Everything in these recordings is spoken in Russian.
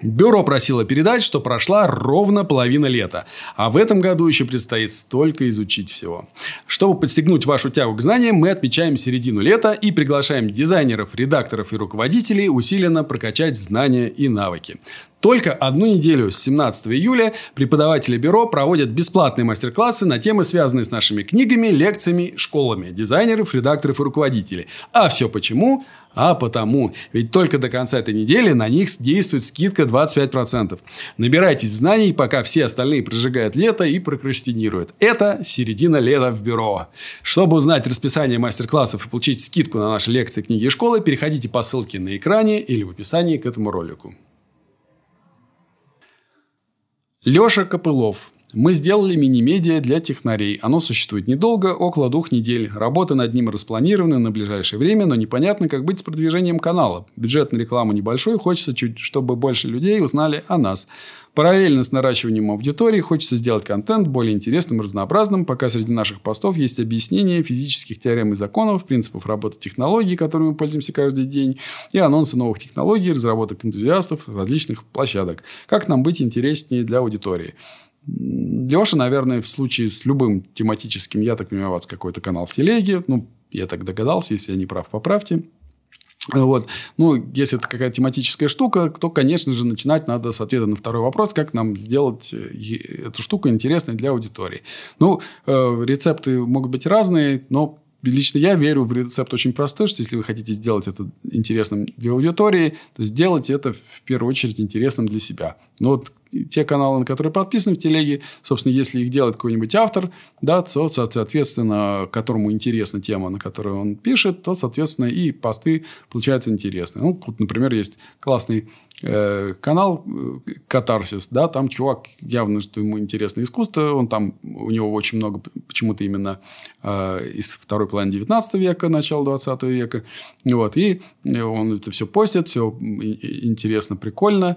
Бюро просило передать, что прошла ровно половина лета, а в этом году еще предстоит столько изучить всего. Чтобы подстегнуть вашу тягу к знаниям, мы отмечаем середину лета и приглашаем дизайнеров, редакторов и руководителей усиленно прокачать знания и навыки. Только одну неделю с 17 июля преподаватели бюро проводят бесплатные мастер-классы на темы, связанные с нашими книгами, лекциями, школами дизайнеров, редакторов и руководителей. А все почему? А потому. Ведь только до конца этой недели на них действует скидка 25%. Набирайтесь знаний, пока все остальные прожигают лето и прокрастинируют. Это середина лета в бюро. Чтобы узнать расписание мастер-классов и получить скидку на наши лекции, книги и школы, переходите по ссылке на экране или в описании к этому ролику. Леша Копылов. Мы сделали мини-медиа для технарей. Оно существует недолго, около 2 недель. Работы над ним распланированы на ближайшее время, но непонятно, как быть с продвижением канала. Бюджет на рекламу небольшой, хочется чуть, чтобы больше людей узнали о нас. Параллельно с наращиванием аудитории хочется сделать контент более интересным и разнообразным, пока среди наших постов есть объяснения физических теорем и законов, принципов работы технологий, которыми мы пользуемся каждый день, и анонсы новых технологий, разработок энтузиастов различных площадок. Как нам быть интереснее для аудитории? Леша, наверное, в случае с любым тематическим, я так понимаю, у вас какой-то канал в телеге. Я так догадался, если я не прав, поправьте. Вот. Если это какая-то тематическая штука, то, конечно же, начинать надо с ответа на второй вопрос, как нам сделать эту штуку интересной для аудитории. Рецепты могут быть разные, но лично я верю в рецепт очень простой, что если вы хотите сделать это интересным для аудитории, то сделайте это в первую очередь интересным для себя. Те каналы, на которые подписаны в телеге, собственно, если их делает какой-нибудь автор, то, соответственно, которому интересна тема, на которую он пишет, то, соответственно, и посты получаются интересные. Например, есть классный канал «Катарсис», там чувак, явно, что ему интересно искусство, у него очень много почему-то именно из второй половины 19 века, начала 20 века, и он это все постит, все интересно, прикольно,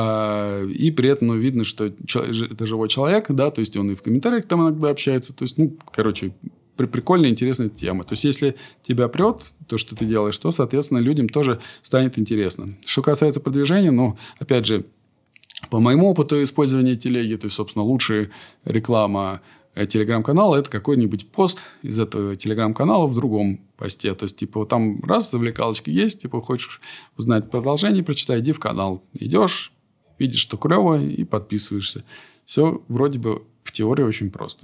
и при этом видно, что это живой человек, то есть он и в комментариях там иногда общается, то есть, прикольная, интересная тема. То есть, если тебя прет то, что ты делаешь, то, соответственно, людям тоже станет интересно. Что касается продвижения, опять же, по моему опыту использования телеги, то есть, собственно, лучшая реклама телеграм-канала – это какой-нибудь пост из этого телеграм-канала в другом посте. То есть, там завлекалочка есть, хочешь узнать продолжение, прочитай, иди в канал. Идешь, видишь, что клево, и подписываешься. Все вроде бы в теории очень просто.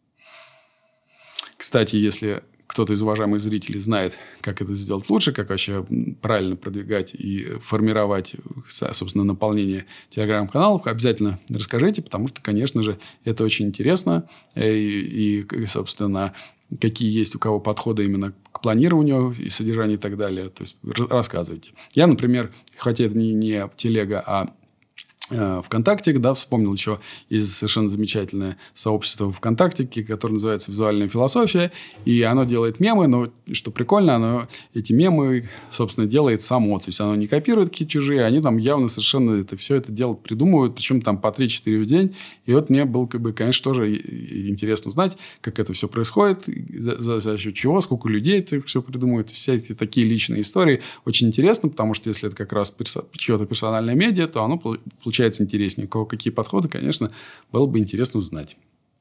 Кстати, если кто-то из уважаемых зрителей знает, как это сделать лучше, как вообще правильно продвигать и формировать, собственно, наполнение телеграм-каналов, обязательно расскажите, потому что, конечно же, это очень интересно. И собственно, какие есть у кого подходы именно к планированию и содержанию и так далее. То есть, рассказывайте. Я, например, хотя это не телега, а ВКонтакте, вспомнил еще из совершенно замечательное сообщество ВКонтакте, которое называется «Визуальная философия», и оно делает мемы, но, что прикольно, оно эти мемы, собственно, делает само, то есть, оно не копирует какие-то чужие, они там явно совершенно все это делают, придумывают, причем там по 3-4 в день, и мне было, конечно, тоже интересно узнать, как это все происходит, за счет чего, сколько людей это все придумывают, все эти такие личные истории очень интересно, потому что если это как раз чье-то персональное медиа, то оно получается интереснее. У кого какие подходы, конечно, было бы интересно узнать.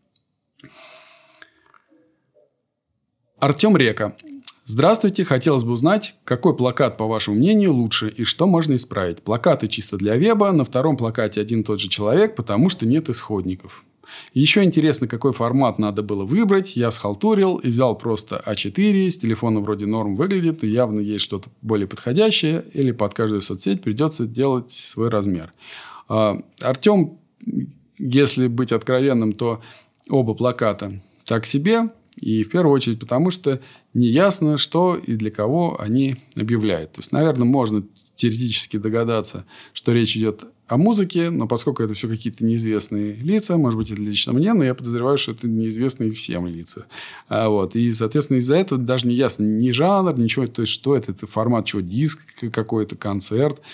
Артем Река. Здравствуйте. Хотелось бы узнать, какой плакат, по вашему мнению, лучше и что можно исправить. Плакаты чисто для веба. На втором плакате один и тот же человек, потому что нет исходников. Еще интересно, какой формат надо было выбрать. Я схалтурил и взял просто А4. С телефона вроде норм выглядит. И явно есть что-то более подходящее. Или под каждую соцсеть придется делать свой размер. Артем, если быть откровенным, то оба плаката так себе. И в первую очередь потому, что неясно, что и для кого они объявляют. То есть, наверное, можно теоретически догадаться, что речь идет о музыке, но поскольку это все какие-то неизвестные лица, может быть, это лично мне, но я подозреваю, что это неизвестные всем лица. И, соответственно, из-за этого даже не ясно ни жанр, ничего. То есть, что это формат чего, диск какой-то, концерт.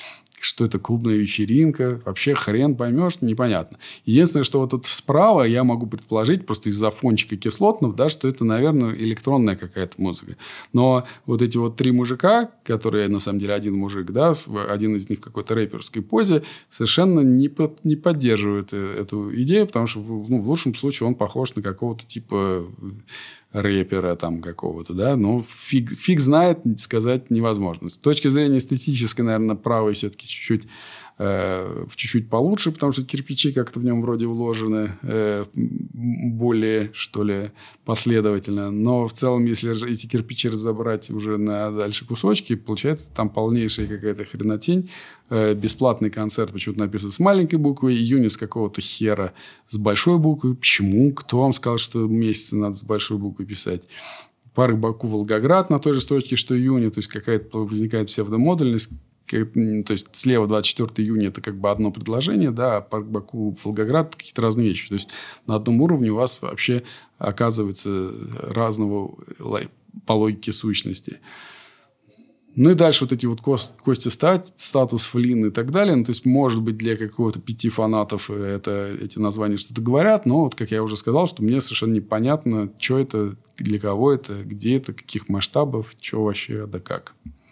что это клубная вечеринка. Вообще хрен поймешь, непонятно. Единственное, что вот тут справа я могу предположить, просто из-за фончика кислотного, да, что это, наверное, электронная какая-то музыка. Но вот эти вот 3 мужика, которые, на самом деле, один мужик, да, один из них в какой-то рэперской позе, совершенно не поддерживает эту идею, потому что в лучшем случае он похож на какого-то типа рэпера там какого-то, да, но фиг знает, сказать невозможно. С точки зрения эстетической, наверное, правый все-таки чуть-чуть получше, потому что кирпичи как-то в нем вроде вложены более, что ли, последовательно. Но в целом, если эти кирпичи разобрать уже на дальше кусочки, получается там полнейшая какая-то хренотень. Бесплатный концерт почему-то написан с маленькой буквы, июня с какого-то хера с большой буквы. Почему? Кто вам сказал, что месяцы надо с большой буквы писать? Парк Баку-Волгоград на той же строчке, что июня. То есть, какая-то возникает псевдомодульность. То есть, слева 24 июня – это как бы одно предложение, да, а парк Баку-Волгоград – какие-то разные вещи. То есть, на одном уровне у вас вообще оказывается разного по логике сущности. Ну, и дальше вот эти вот кости статус, флин и так далее. Ну, то есть, может быть, для какого-то 5 фанатов эти названия что-то говорят. Но, вот, как я уже сказал, что мне совершенно непонятно, что это, для кого это, где это, каких масштабов, что вообще, да как.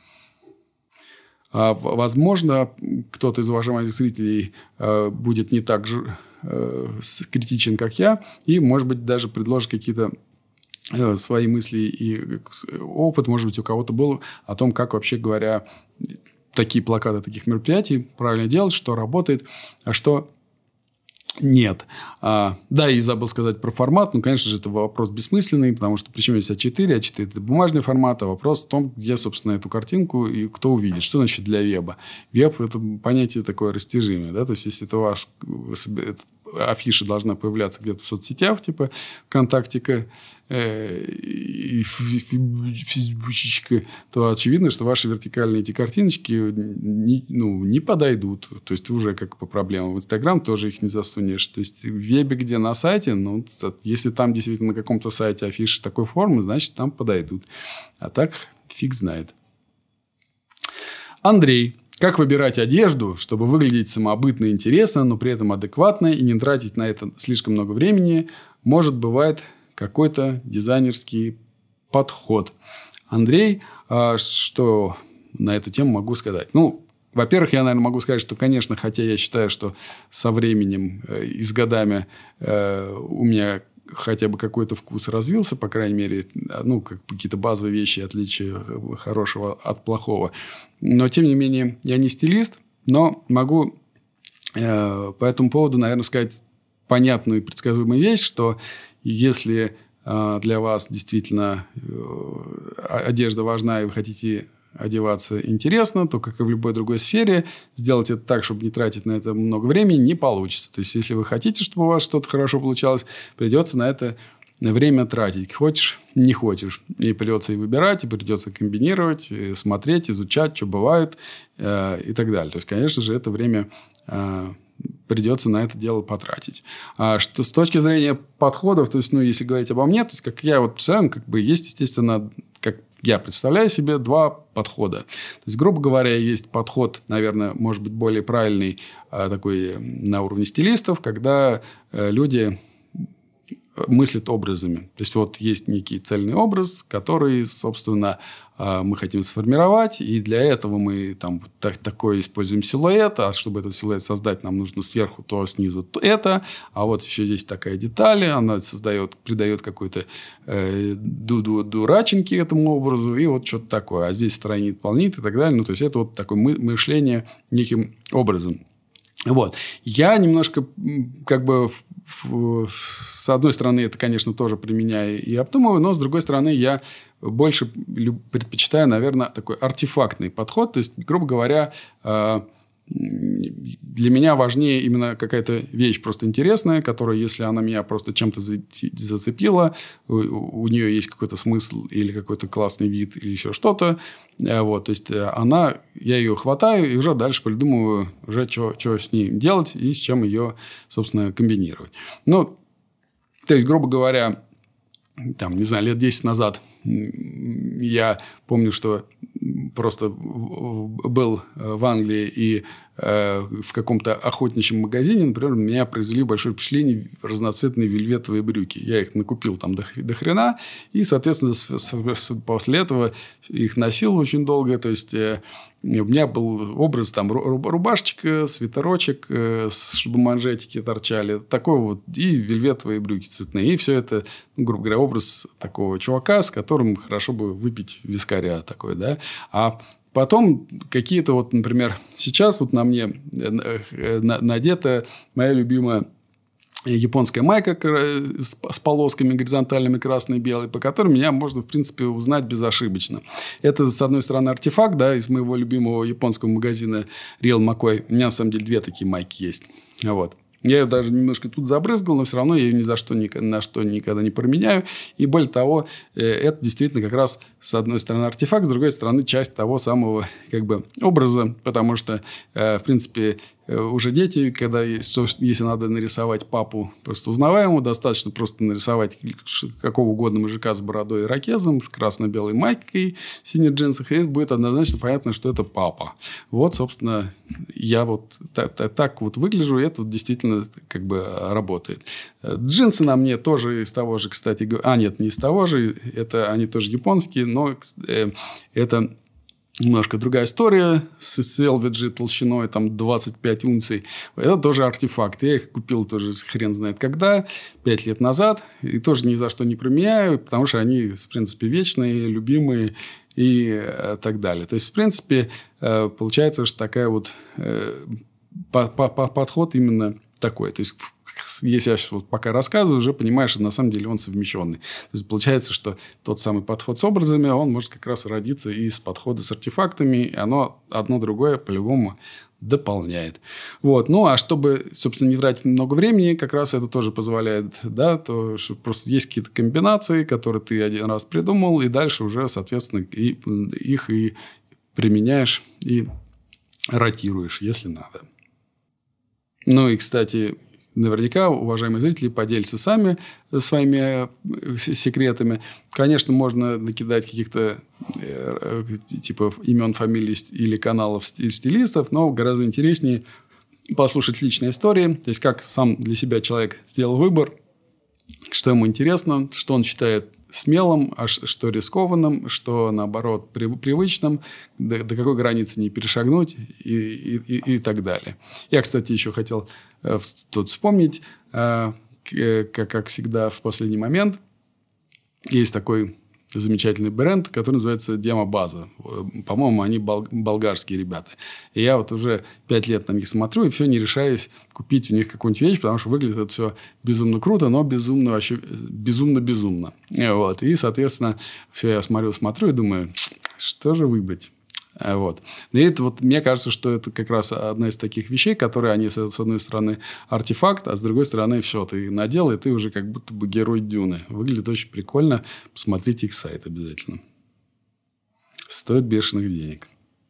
Возможно, кто-то из уважаемых зрителей будет не так же критичен, как я. И, может быть, даже предложит какие-то свои мысли и опыт, может быть, у кого-то был о том, как, вообще говоря, такие плакаты таких мероприятий правильно делать, что работает, а что нет. Да, и забыл сказать про формат. Ну, конечно же, это вопрос бессмысленный, потому что причем есть А4. А4 – это бумажный формат, а вопрос в том, где, собственно, эту картинку и кто увидит. Что значит для веба? Веб – это понятие такое растяжимое. Да? То есть, если это афиша должна появляться где-то в соцсетях, типа ВКонтакте, и Фейсбучечка, то очевидно, что ваши вертикальные эти картиночки не подойдут. То есть, уже как по проблемам. В Инстаграм тоже их не засунешь. То есть, в вебе, где на сайте, если там действительно на каком-то сайте афиши такой формы, значит, там подойдут. А так фиг знает. Андрей. Как выбирать одежду, чтобы выглядеть самобытно и интересно, но при этом адекватно и не тратить на это слишком много времени? Может, бывает какой-то дизайнерский подход. Андрей, что на эту тему могу сказать? Ну, во-первых, я, наверное, могу сказать, что, конечно, хотя я считаю, что со временем и с годами у меня хотя бы какой-то вкус развился, по крайней мере, ну, как какие-то базовые вещи, отличия хорошего от плохого. Но, тем не менее, я не стилист, но могу по этому поводу, наверное, сказать понятную и предсказуемую вещь, что если для вас действительно одежда важна, и вы хотите одеваться интересно, то, как и в любой другой сфере, сделать это так, чтобы не тратить на это много времени, не получится. То есть, если вы хотите, чтобы у вас что-то хорошо получалось, придется на это время тратить. Хочешь, не хочешь. И придется и выбирать, и придется комбинировать, и смотреть, изучать, что бывает, и так далее. То есть, конечно же, это время придется на это дело потратить. Что с точки зрения подходов, то есть, если говорить обо мне, то есть, как я вот представляю, как бы есть, естественно, как я представляю себе 2 подхода. То есть, грубо говоря, есть подход, наверное, может быть, более правильный, такой на уровне стилистов, когда люди мыслят образами. То есть, вот есть некий цельный образ, который, собственно, мы хотим сформировать. И для этого мы там такой используем силуэт. А чтобы этот силуэт создать, нам нужно сверху то, снизу то это. А вот еще здесь такая деталь. Она придает какой-то дураченьки этому образу. И вот что-то такое. А здесь сторонит, полнит и так далее. Ну, то есть, это вот такое мышление неким образом. Вот. Я немножко как бы с одной стороны, это, конечно, тоже применяю и обдумываю, но с другой стороны, я больше предпочитаю, наверное, такой артефактный подход. То есть, грубо говоря, для меня важнее именно какая-то вещь просто интересная, которая, если она меня просто чем-то зацепила, у нее есть какой-то смысл или какой-то классный вид или еще что-то, вот, то есть, я ее хватаю и уже дальше придумываю, уже что с ней делать и с чем ее, собственно, комбинировать. Ну, то есть, грубо говоря, там, не знаю, лет 10 назад я помню, что просто был в Англии и в каком-то охотничьем магазине, например, у меня произвели большое впечатление разноцветные вельветовые брюки. Я их накупил там до хрена, и, соответственно, после этого их носил очень долго. То есть, у меня был образ там рубашечка, свитерочек, чтобы манжетики торчали. Такой вот. И вельветовые брюки цветные. И все это, грубо говоря, образ такого чувака, с которым хорошо бы выпить вискаря такой, да. А потом какие-то вот, например, сейчас вот на мне надета моя любимая японская майка с полосками горизонтальными красной и белой, по которым меня можно, в принципе, узнать безошибочно. Это, с одной стороны, артефакт, да, из моего любимого японского магазина Real McCoy. У меня, на самом деле, 2 такие майки есть. Вот. Я ее даже немножко тут забрызгал, но все равно я ее ни за что, ни на что никогда не променяю. И более того, это действительно как раз, с одной стороны, артефакт, с другой стороны, часть того самого как бы образа. Потому что, в принципе, уже дети, когда если надо нарисовать папу просто узнаваемого, достаточно просто нарисовать какого угодно мужика с бородой и ракезом, с красно-белой майкой, в синих джинсах, и это будет однозначно понятно, что это папа. Вот, собственно, я вот так вот выгляжу, и это действительно как бы работает. Джинсы на мне тоже из того же, кстати, нет, не из того же, это они тоже японские, но это немножко другая история с LVG толщиной там 25 унций. Это тоже артефакт. Я их купил тоже хрен знает когда, 5 лет назад. И тоже ни за что не променяю, потому что они, в принципе, вечные, любимые и так далее. То есть, в принципе, получается, что такая вот подход именно такой. То есть, если я сейчас вот пока рассказываю, уже понимаешь, что на самом деле он совмещенный. То есть, получается, что тот самый подход с образами, он может как раз родиться и из подхода с артефактами. И оно одно другое по-любому дополняет. Вот. Ну, а чтобы, собственно, не тратить много времени, как раз это тоже позволяет, да, то, что просто есть какие-то комбинации, которые ты один раз придумал, и дальше уже, соответственно, их и применяешь, и ротируешь, если надо. Ну, и, кстати, наверняка, уважаемые зрители, поделятся сами своими секретами. Конечно, можно накидать каких-то типа имен, фамилий или каналов стилистов, но гораздо интереснее послушать личные истории. То есть, как сам для себя человек сделал выбор, что ему интересно, что он считает смелым, а что рискованным, что, наоборот, привычным, до какой границы не перешагнуть и так далее. Я, кстати, еще хотел тут вспомнить, как всегда, в последний момент есть такой замечательный бренд, который называется Демобаза. По-моему, они болгарские ребята. И я вот уже 5 лет на них смотрю, и все не решаюсь купить у них какую-нибудь вещь, потому что выглядит это все безумно круто, но безумно вообще безумно. Вот. И, соответственно, все я смотрю и думаю, что же выбрать? Вот. И это вот, мне кажется, что это как раз одна из таких вещей, которые они, с одной стороны, артефакт, а с другой стороны, все, ты надел, и ты уже как будто бы герой Дюны. Выглядит очень прикольно. Посмотрите их сайт обязательно. Стоит бешеных денег.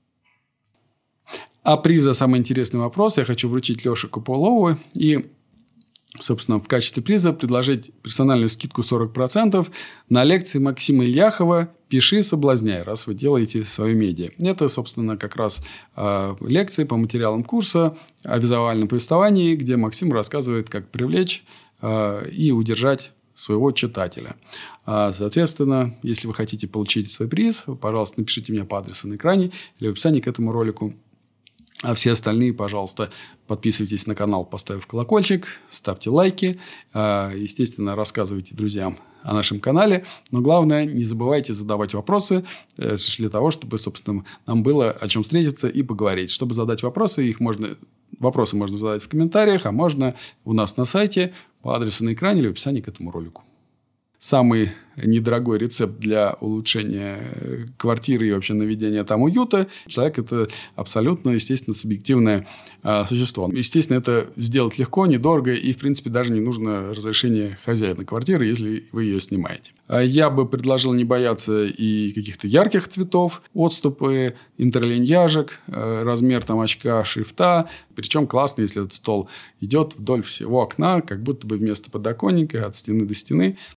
А приз за самый интересный вопрос я хочу вручить Леше Копылову. И, собственно, в качестве приза предложить персональную скидку 40% на лекции Максима Ильяхова «Пиши, соблазняй», раз вы делаете свою медиа. Это, собственно, как раз лекции по материалам курса о визуальном повествовании, где Максим рассказывает, как привлечь и удержать своего читателя. Соответственно, если вы хотите получить свой приз, пожалуйста, напишите мне по адресу на экране или в описании к этому ролику. А все остальные, пожалуйста, подписывайтесь на канал, поставив колокольчик, ставьте лайки. Естественно, рассказывайте друзьям о нашем канале. Но главное, не забывайте задавать вопросы для того, чтобы, собственно, нам было о чем встретиться и поговорить. Чтобы задать вопросы, вопросы можно задать в комментариях, а можно у нас на сайте по адресу на экране или в описании к этому ролику. Самый недорогой рецепт для улучшения квартиры и вообще наведения там уюта. Человек – это абсолютно, естественно, субъективное существо. Естественно, это сделать легко, недорого и, в принципе, даже не нужно разрешение хозяина квартиры, если вы ее снимаете. Я бы предложил не бояться и каких-то ярких цветов, отступы, интерлиньяжек, размер там очка, шрифта. Причем классно, если этот стол идет вдоль всего окна, как будто бы вместо подоконника от стены до стены.